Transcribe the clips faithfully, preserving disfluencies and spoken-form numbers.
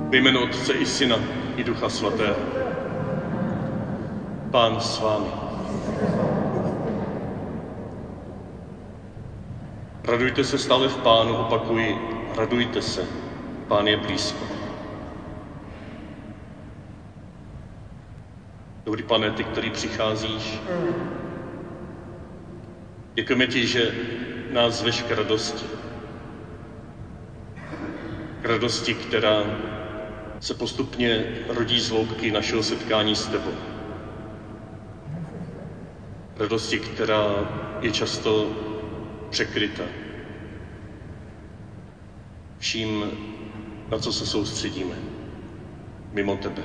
Ve jménu Otce i Syna i Ducha Svatého. Pán s vámi. Radujte se stále v Pánu, opakuji, radujte se, Pán je blízko. Dobrý Pane, ty, který přicházíš, děkujeme ti, že nás zveš k radosti. K radosti, která se postupně rodí z hloubky našeho setkání s tebou. Radosti, která je často překryta vším, na co se soustředíme, mimo tebe.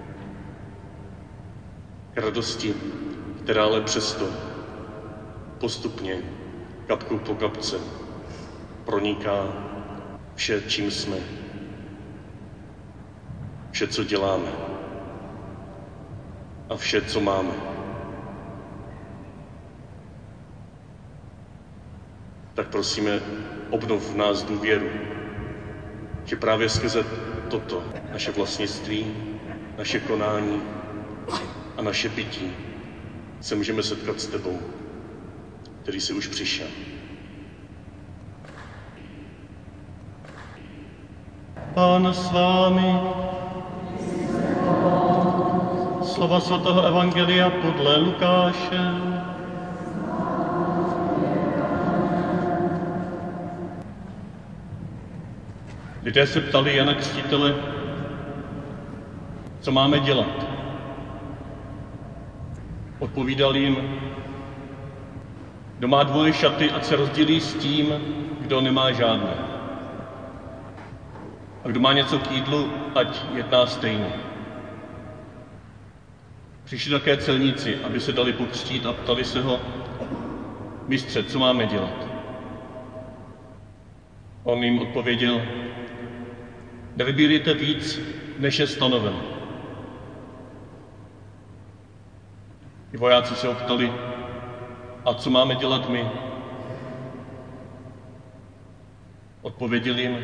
K radosti, která ale přesto postupně, kapkou po kapce, proniká vše, čím jsme, vše, co děláme a vše, co máme. Tak prosíme, obnov v nás důvěru, že právě skrze toto, naše vlastnictví, naše konání a naše bytí, se můžeme setkat s tebou, který jsi už přišel. Pán s vámi. Slova svatého evangelia podle Lukáše. Lidé se ptali Jana Křtitele, co máme dělat. Odpovídal jim, kdo má dvoje šaty, ať se rozdělí s tím, kdo nemá žádné. A kdo má něco k jídlu, ať jedná stejně. Přišli také celníci, aby se dali pokřtít a ptali se ho, mistře, co máme dělat? On jim odpověděl, nevybírejte víc, než je stanoveno. I vojáci se ho ptali, a co máme dělat my? Odpověděl jim,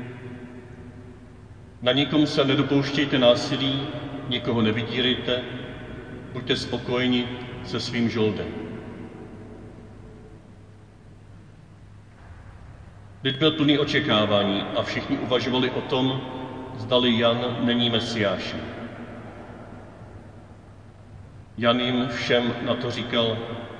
na nikom se nedopouštějte násilí, nikoho nevydírejte, buďte spokojeni se svým žoldem. Lid byl plný očekávání a všichni uvažovali o tom, zdali Jan není Mesiášem. Jan jim všem na to říkal,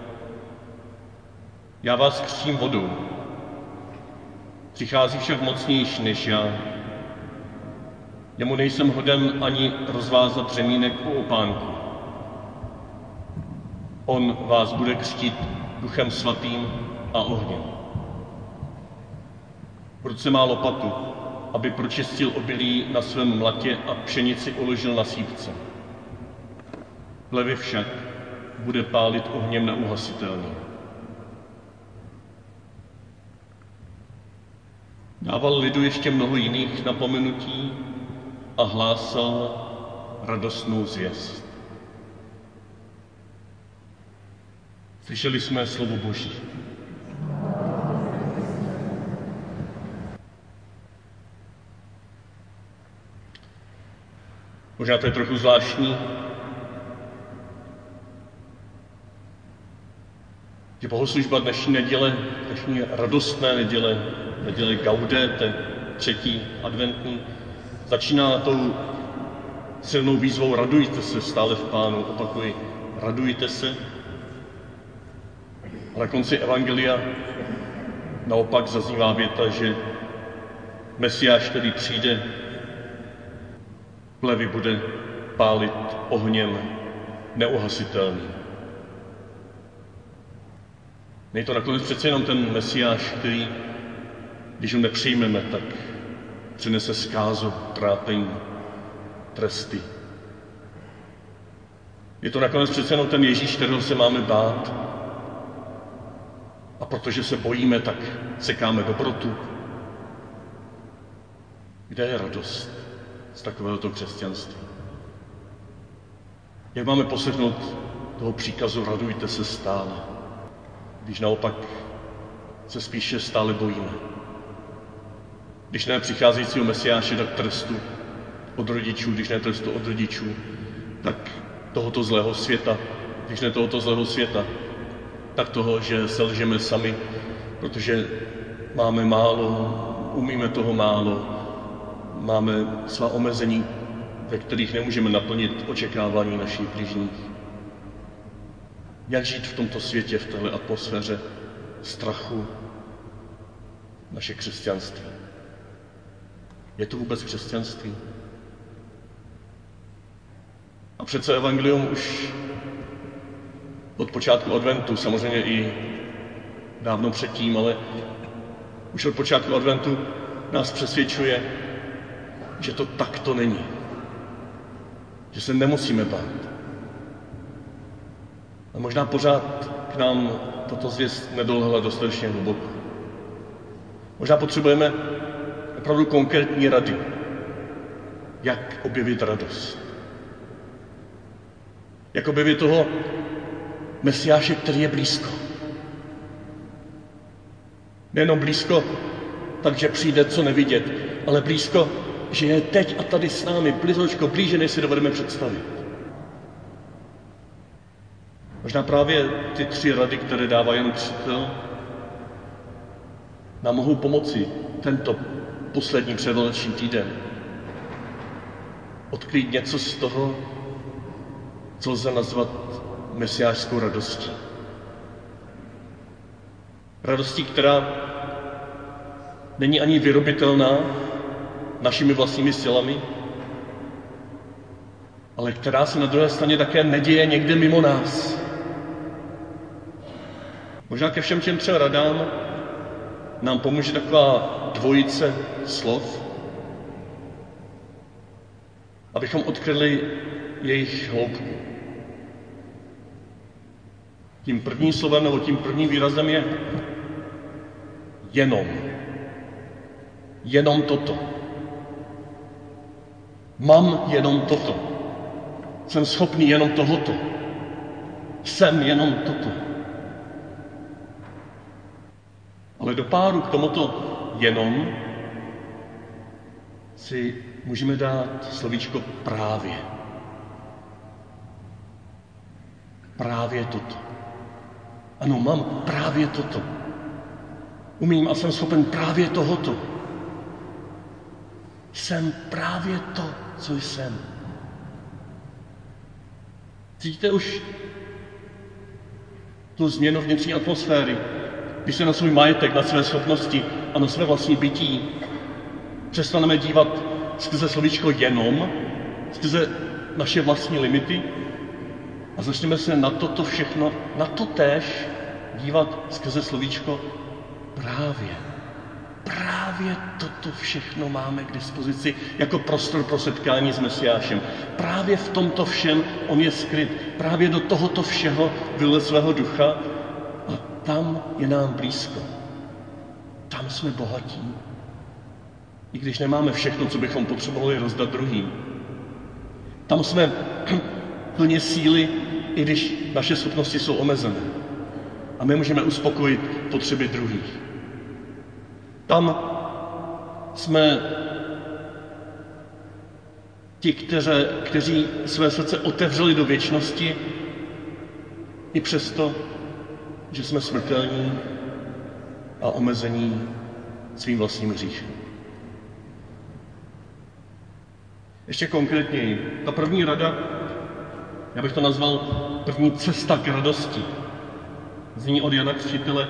já vás křtím vodou, přichází však mocnější než já. Jemu nejsem hoden ani rozvázat řemínek u opánku. On vás bude křtít Duchem Svatým a ohněm. V ruce má lopatu, aby pročistil obilí na svém mlatě a pšenici uložil na sýpce. Plevy však bude pálit ohněm neuhasitelný. Dával lidu ještě mnoho jiných napomenutí a hlásal radostnou zvěst. Slyšeli jsme slovo Boží. Možná to je trochu zvláštní, že bohoslužba dnešní neděle, dnešní radostné neděle, neděle Gaudete, třetí adventní, začíná tou silnou výzvou radujte se stále v Pánu, opakuji, radujte se. A na konci evangelia naopak zaznívá věta, že Mesiáš, který přijde, plevy bude pálit ohněm neuhasitelným. Není to nakonec přece jenom ten Mesiáš, který, když ho nepřijmeme, tak přinese zkázu, trápení, tresty. Je to nakonec přece jenom ten Ježíš, kterého se máme bát. A protože se bojíme, tak sekáme dobrotu. Kde je radost z takovéhoto křesťanství? Jak máme poslechnout toho příkazu radujte se stále, když naopak se spíše stále bojíme? Když ne přicházejícího Mesiáše, tak trestu od rodičů, když ne trestu od rodičů, tak tohoto zlého světa, když ne tohoto zlého světa, tak toho, že selžeme sami, protože máme málo, umíme toho málo, máme svá omezení, ve kterých nemůžeme naplnit očekávání našich bližních. Jak žít v tomto světě, v téhle atmosféře strachu, naše křesťanství? Je to vůbec křesťanství? A přece evangelium už od počátku adventu, samozřejmě i dávno předtím, ale už od počátku adventu nás přesvědčuje, že to takto není. Že se nemusíme bát. A možná pořád k nám tato zvěst nedolehla dostatečně hluboko. Možná potřebujeme opravdu konkrétní rady, jak objevit radost. Jak objevit toho Mesiáše, který je blízko. Nejenom blízko, takže přijde co nevidět, ale blízko, že je teď a tady s námi, blízko, blíže, než si dovedeme představit. Možná právě ty tři rady, které dává Jan Křtitel, nám mohou pomoci tento poslední předvánoční týden odkrýt něco z toho, co lze nazvat mesiášskou radostí. Radostí, která není ani vyrobitelná našimi vlastními silami, ale která se na druhé straně také neděje někde mimo nás. Možná ke všem těm třem radám nám pomůže taková dvojice slov, abychom odkryli jejich hloubku. Tím prvním slovem nebo tím prvním výrazem je jenom. Jenom toto. Mám jenom toto. Jsem schopný jenom tohoto. Jsem jenom toto. Ale do páru k tomuto jenom si můžeme dát slovíčko právě. Právě toto. Ano, mám právě toto. Umím a jsem schopen právě tohoto. Jsem právě to, co jsem. Cítíte už tu změnu vnitřní atmosféry, když se na svůj majetek, na své schopnosti a na své vlastní bytí přestaneme dívat skrze slovíčko jenom, skrze naše vlastní limity a začneme se na toto všechno, na to též dívat skrze slovíčko právě. Právě toto všechno máme k dispozici jako prostor pro setkání s Mesiášem. Právě v tomto všem on je skryt. Právě do tohoto všeho vylil svého ducha a tam je nám blízko. Tam jsme bohatí. I když nemáme všechno, co bychom potřebovali rozdat druhým. Tam jsme plně síly, i když naše schopnosti jsou omezené. A my můžeme uspokojit potřeby druhých. Tam jsme ti, kteře, kteří své srdce otevřeli do věčnosti, i přesto, že jsme smrtelní a omezení svým vlastním hříchem. Ještě konkrétněji, ta první rada, já bych to nazval první cesta k radosti. Zní od Jana Křtitele: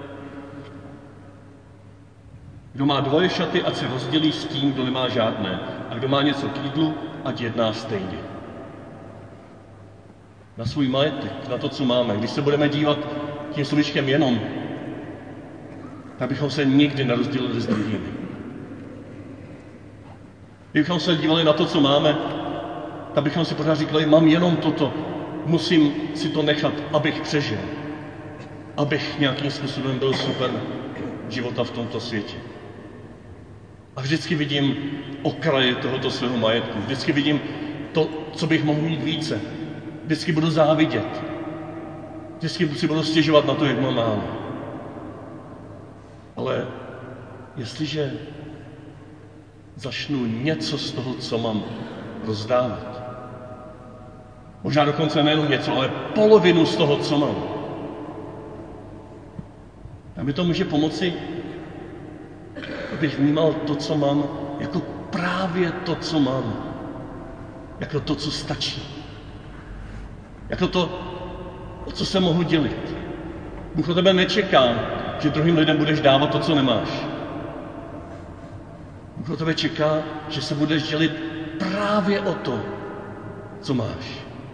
kdo má dvoje šaty, ať se rozdělí s tím, kdo nemá žádné. A kdo má něco k jídlu, ať jedná stejně. Na svůj majetek, na to, co máme. Když se budeme dívat tím slovíčkem jenom, tak bychom se nikdy nerozdělili s druhými. Kdybychom se dívali na to, co máme, tak bychom si pořád říkali, mám jenom toto, musím si to nechat, abych přežil. Abych nějakým způsobem byl super života v tomto světě. A vždycky vidím okraje tohoto svého majetku. Vždycky vidím to, co bych mohl mít více. Vždycky budu závidět. Vždycky si budu stěžovat na to, jak mám málo. Ale jestliže začnu něco z toho, co mám, rozdávat. Možná dokonce nejenom něco, ale polovinu z toho, co mám. A mi to může pomoci, abych vnímal to, co mám, jako právě to, co mám. Jako to, co stačí. Jako to, o co se mohu dělit. Bůh od tebe nečeká, že druhým lidem budeš dávat to, co nemáš. Bůh od tebe čeká, že se budeš dělit právě o to, co máš.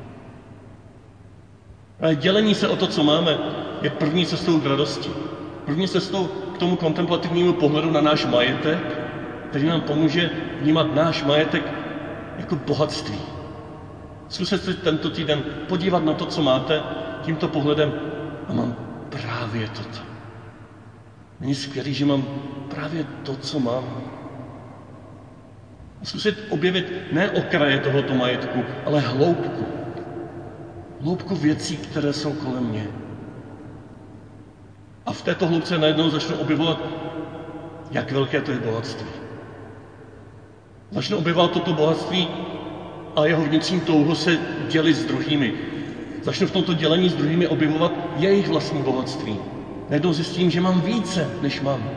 Ale dělení se o to, co máme, je první cestou k radosti. První cestou k tomu kontemplativnímu pohledu na náš majetek, který nám pomůže vnímat náš majetek jako bohatství. Zkuste se tento týden podívat na to, co máte, tímto pohledem a mám právě toto. Není skvělý, že mám právě to, co mám. A zkusit objevit ne okraje tohoto majetku, ale hloubku. Hloubku věcí, které jsou kolem mě. A v této hloubce najednou začnu objevovat, jak velké to je bohatství. Začnu objevovat toto bohatství a jeho vnitřní touhu se dělit s druhými. Začnu v tomto dělení s druhými objevovat jejich vlastní bohatství. Najednou zjistím, že mám více, než mám.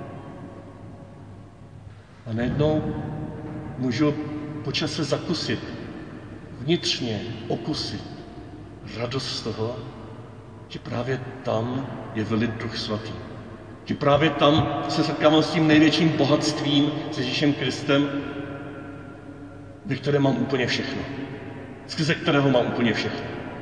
A najednou můžu po čase zakusit, vnitřně okusit radost z toho, že právě tam je vylit Duch Svatý. Že právě tam se setkávám s tím největším bohatstvím, s Ježíšem Kristem, ve kterém mám úplně všechno. Skrze kterého mám úplně všechno.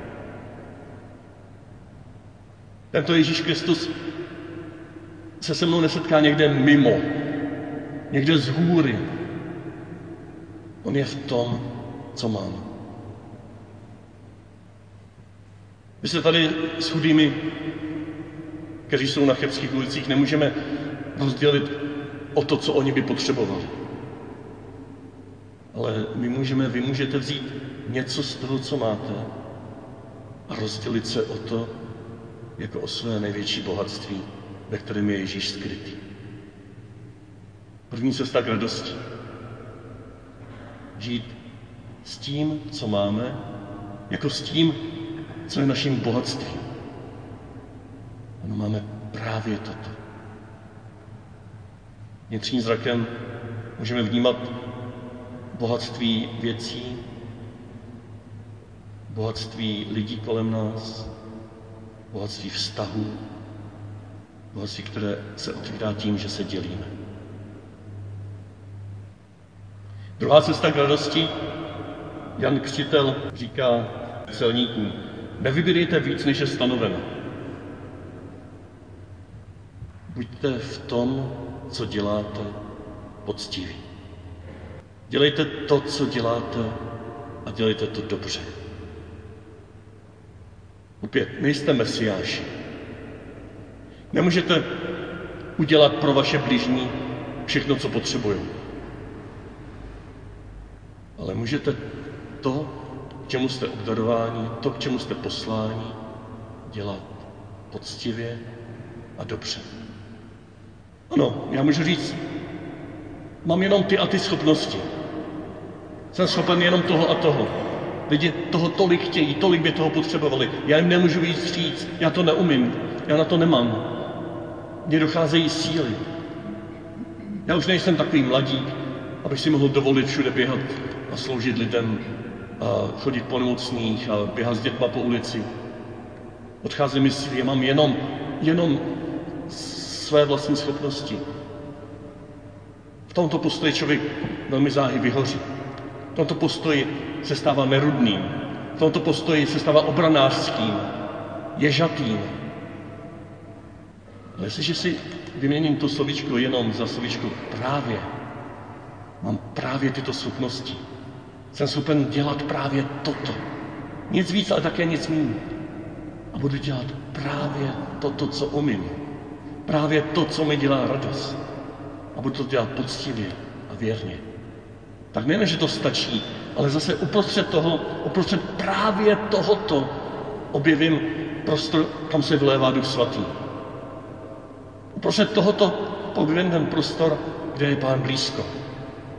Tento Ježíš Kristus se se mnou nesetká někde mimo, někde z hůry. On je v tom, co mám. My se tady s chudými, kteří jsou na chebských ulicích, nemůžeme rozdělit o to, co oni by potřebovali. Ale my můžeme, vy můžete vzít něco z toho, co máte a rozdělit se o to, jako o své největší bohatství, ve kterém je Ježíš skrytý. První cesta k radosti. Žít s tím, co máme, jako s tím, co je naším bohatstvím. Ano, máme právě toto. Vnitřním zrakem můžeme vnímat bohatství věcí, bohatství lidí kolem nás, bohatství vztahů, bohatství, které se otvírá tím, že se dělíme. Druhá cesta k radosti, Jan Křtitel říká celníkům, nevybírejte víc, než je stanoveno. Buďte v tom, co děláte, poctiví. Dělejte to, co děláte a dělejte to dobře. Opět, nejste mesiáši. Nemůžete udělat pro vaše bližní všechno, co potřebují. Ale můžete to, k čemu jste obdarováni, to, k čemu jste posláni, dělat poctivě a dobře. Ano, já můžu říct, mám jenom ty a ty schopnosti. Jsem schopen jenom toho a toho. Lidi toho tolik chtějí, tolik by toho potřebovali. Já jim nemůžu víc vstříc, já to neumím, já na to nemám. Mně docházejí síly. Já už nejsem takový mladík, abych si mohl dovolit všude běhat a sloužit lidem a chodit po nemocných a běhat s dětma po ulici. Odchází mi síly, já mám jenom, jenom své vlastní schopnosti. V tomto postoji člověk velmi záhy vyhoří. V tomto postoji se stává nerudným. V tomto postoji se stává obranářským, ježatým. Ale jestliže si vyměním to slovíčko jenom za slovíčko právě, mám právě tyto schopnosti, jsem schopen dělat právě toto. Nic víc, ale také nic méně. A budu dělat právě toto, co umím. Právě to, co mi dělá radost. A budu to dělat poctivě a věrně. Tak nejen, že to stačí, ale zase uprostřed toho, uprostřed právě tohoto objevím prostor, kam se vlévá Duch Svatý. Uprostřed tohoto objevím ten prostor, kde je Pán blízko.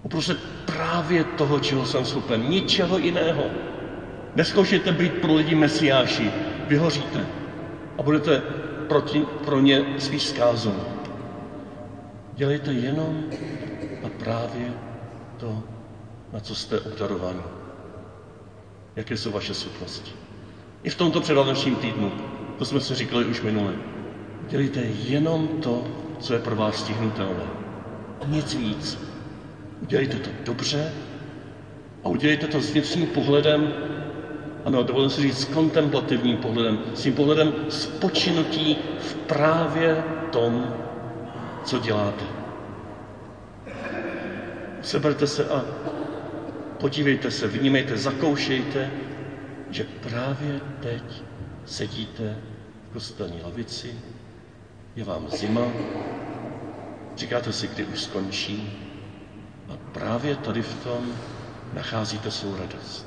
Uprostřed právě toho, čeho jsem schopen, ničeho jiného. Neskoušejte být pro lidi mesiáši, vyhoříte a budete proti, pro ně svých zkázou. Dělejte jenom a právě to, na co jste obdarovaní. Jaké jsou vaše schopnosti. I v tomto předvánočním týdnu, to jsme si říkali už minule, dělejte jenom to, co je pro vás stihnutelné. Nic víc. Udělejte to dobře a udělejte to s vnitřním pohledem, ano, dovolím si říct, s kontemplativním pohledem, s tím pohledem spočinutí v právě tom, co děláte. Seberte se a podívejte se, vnímejte, zakoušejte, že právě teď sedíte v kostelní lavici, je vám zima, říkáte si, kdy už skončí a právě tady v tom nacházíte svou radost.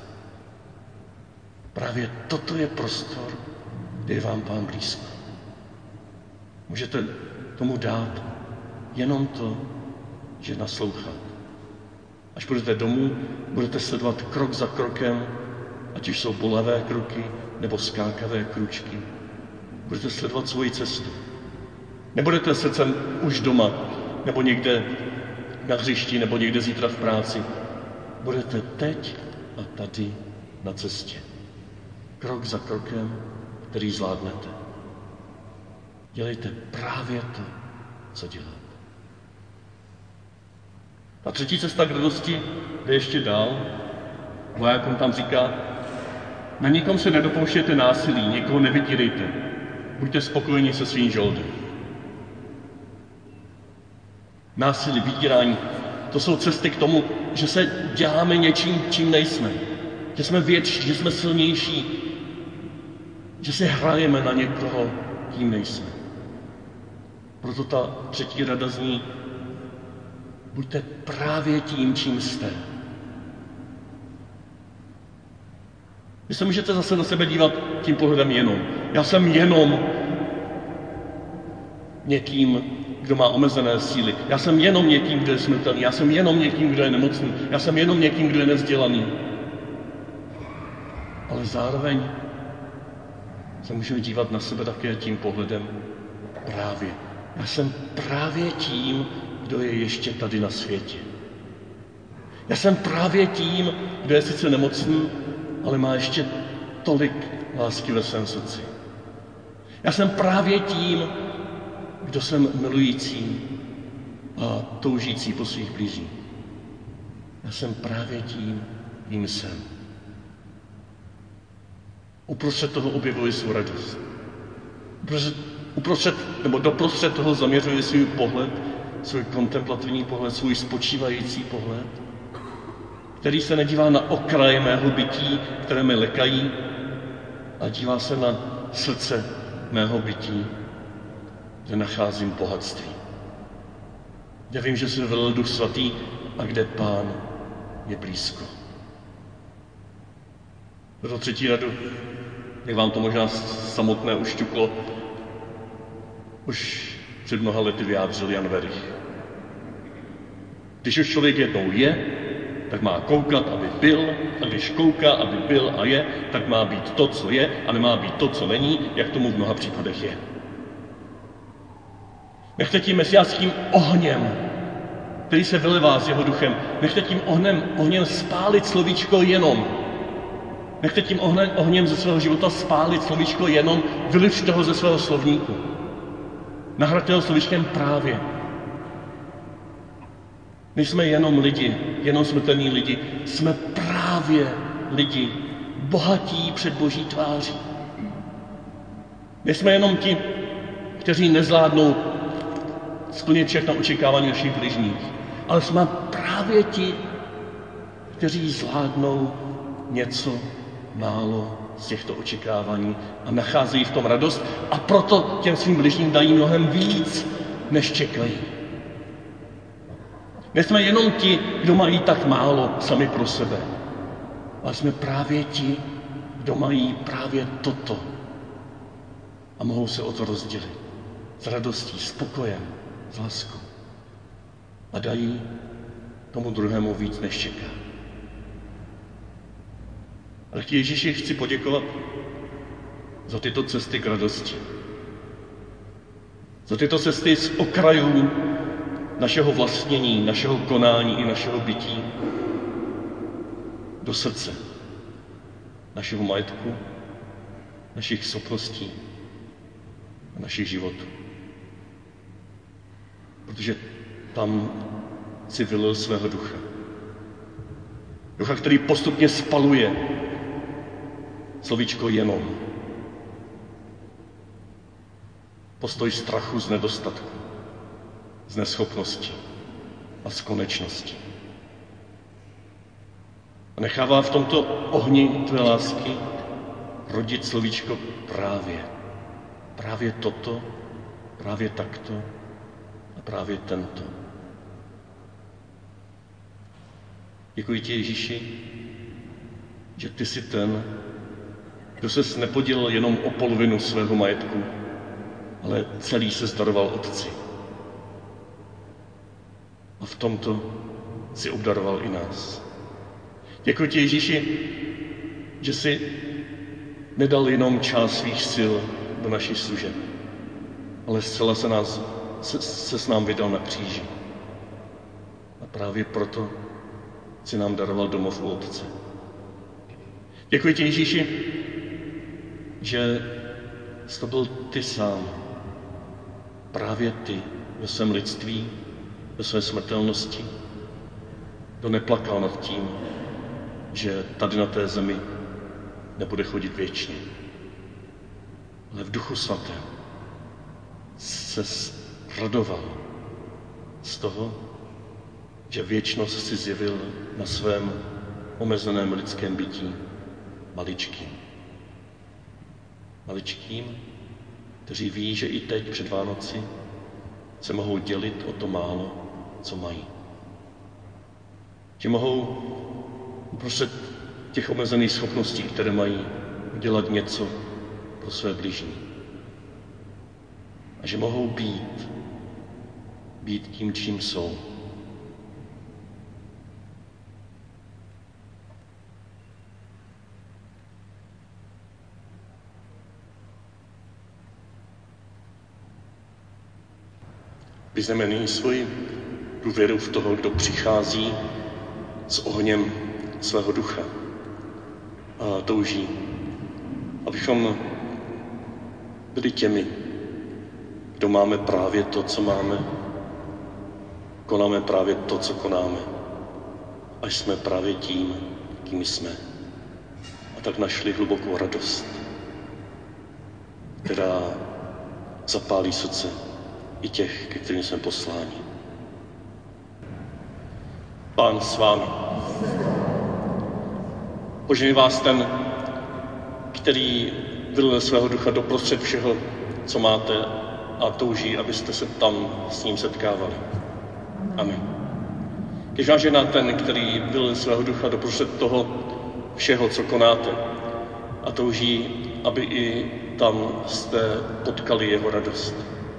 Právě toto je prostor, kde je vám Pán blízko. Můžete tomu dát jenom to, že naslouchat. Až budete domů, budete sledovat krok za krokem, ať už jsou bolavé kroky nebo skákavé kručky. Budete sledovat svoji cestu. Nebudete srdcem už doma, nebo někde na hřišti, nebo někde zítra v práci. Budete teď a tady na cestě. Krok za krokem, který zvládnete. Dělejte právě to, co děláte. A třetí cesta k radosti jde ještě dál. Vojákům tam říká, na nikom se nedopouštějte násilí, někoho nevydírejte. Buďte spokojeni se svým žoldem. Násilí, vydírání, to jsou cesty k tomu, že se děláme něčím, čím nejsme. Že jsme větší, že jsme silnější, že si hrajeme na někoho, kým nejsme. Proto ta třetí rada zní, buďte právě tím, čím jste. Vy se můžete zase na sebe dívat tím pohledem jenom. Já jsem jenom někým, kdo má omezené síly. Já jsem jenom někým, kdo je smrtelný. Já jsem jenom někým, kdo je nemocný. Já jsem jenom někým, kdo je nevzdělaný. Ale zároveň se můžeme dívat na sebe také tím pohledem právě. Já jsem právě tím, kdo je ještě tady na světě. Já jsem právě tím, kdo je sice nemocný, ale má ještě tolik lásky ve svém srdci. Já jsem právě tím, kdo jsem milující a toužící po svých blížních. Já jsem právě tím, kým jsem. Uprostřed toho objevuji svou radost. Uprostřed, uprostřed, nebo doprostřed toho zaměřuji svůj pohled, svůj kontemplativní pohled, svůj spočívající pohled, který se nedívá na okraje mého bytí, které mi lekají, a dívá se na srdce mého bytí, kde nacházím bohatství. Já vím, že se vylil Duch Svatý a kde Pán je blízko. Pro třetí radu, jak vám to možná samotné ušťuklo, už před mnoha lety vyjádřil Jan Werich. Když už člověk jednou je, tak má koukat, aby byl, a když kouká, aby byl a je, tak má být to, co je, a nemá být to, co není, jak tomu v mnoha případech je. Nechte tím mesiářským ohněm, který se vylevá s jeho duchem, nechte tím ohněm, ohněm spálit slovíčko jenom. Nechte tím ohněm, ohněm ze svého života spálit slovíčko jenom, vyličte ho ze svého slovníku. Nahraďte ho slovíčkem právě. Nejsme jenom lidi, jenom smrtelní lidi, jsme právě lidi, bohatí před Boží tváří. Nejsme jenom ti, kteří nezvládnou splnit všechna očekávání našich bližních, ale jsme právě ti, kteří zvládnou něco málo z těchto očekávání a nacházejí v tom radost a proto těm svým bližním dají mnohem víc, než čekají. Nejsme jenom ti, kdo mají tak málo sami pro sebe, ale jsme právě ti, kdo mají právě toto a mohou se o to rozdělit s radostí, s pokojem, s láskou. A dají tomu druhému víc než čeká. Ale ti Ježíši chci poděkovat za tyto cesty k radosti. Za tyto cesty z okrajů našeho vlastnění, našeho konání i našeho bytí do srdce, našeho majetku, našich schopností a našich životů. Protože tam si vylil svého ducha. Ducha, který postupně spaluje slovíčko jenom. Postoj strachu z nedostatku, z neschopnosti a z konečnosti. A nechává v tomto ohni tvé lásky rodit slovíčko právě. Právě toto, právě takto a právě tento. Děkuji ti, Ježíši, že ty jsi ten, kdo ses nepodělil jenom o polovinu svého majetku, ale celý se zdaroval Otci. A v tomto si obdaroval i nás. Děkuji ti, Ježíši, že jsi nedal jenom část svých sil do našich služeb, ale zcela se, nás, se, se s nám vydal na kříži. A právě proto si nám daroval domov u Otce. Děkuji ti, Ježíši, že jsi to byl ty sám, právě ty ve svém lidství, ve své smrtelnosti, kdo neplakal nad tím, že tady na té zemi nebude chodit věčně. Ale v Duchu Svatém se radoval z toho, že věčnost si zjevil na svém omezeném lidském bytí maličkým. Maličkým, kteří ví, že i teď před Vánoci se mohou dělit o to málo, co mají. Že mohou uprostřed těch omezených schopností, které mají, dělat něco pro své bližní. A že mohou být, být tím, čím jsou. Vyzneme nyní svoji důvěru v toho, kdo přichází s ohněm svého ducha a touží, abychom byli těmi, kdo máme právě to, co máme, konáme právě to, co konáme, až jsme právě tím, kým jsme. A tak našli hlubokou radost, která zapálí srdce i těch, ke kterým jsme posláni. Pán s vámi. Požehnej vás ten, který vylil svého ducha doprostřed všeho, co máte, a touží, abyste se tam s ním setkávali. Amen. Kež vás žehná ten, který vylil svého ducha doprostřed toho všeho, co konáte, a touží, aby i tam jste potkali jeho radost.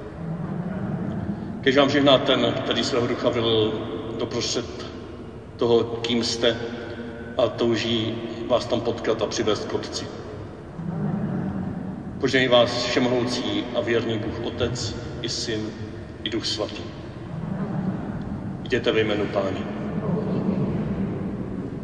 Kež vám žehná ten, který svého ducha vylil doprostřed toho, kým jste, a touží vás tam potkat a přivést k Otci. Požehnej vás všemohoucí a věrný Bůh Otec, i Syn, i Duch Svatý. Jděte ve jménu Páně.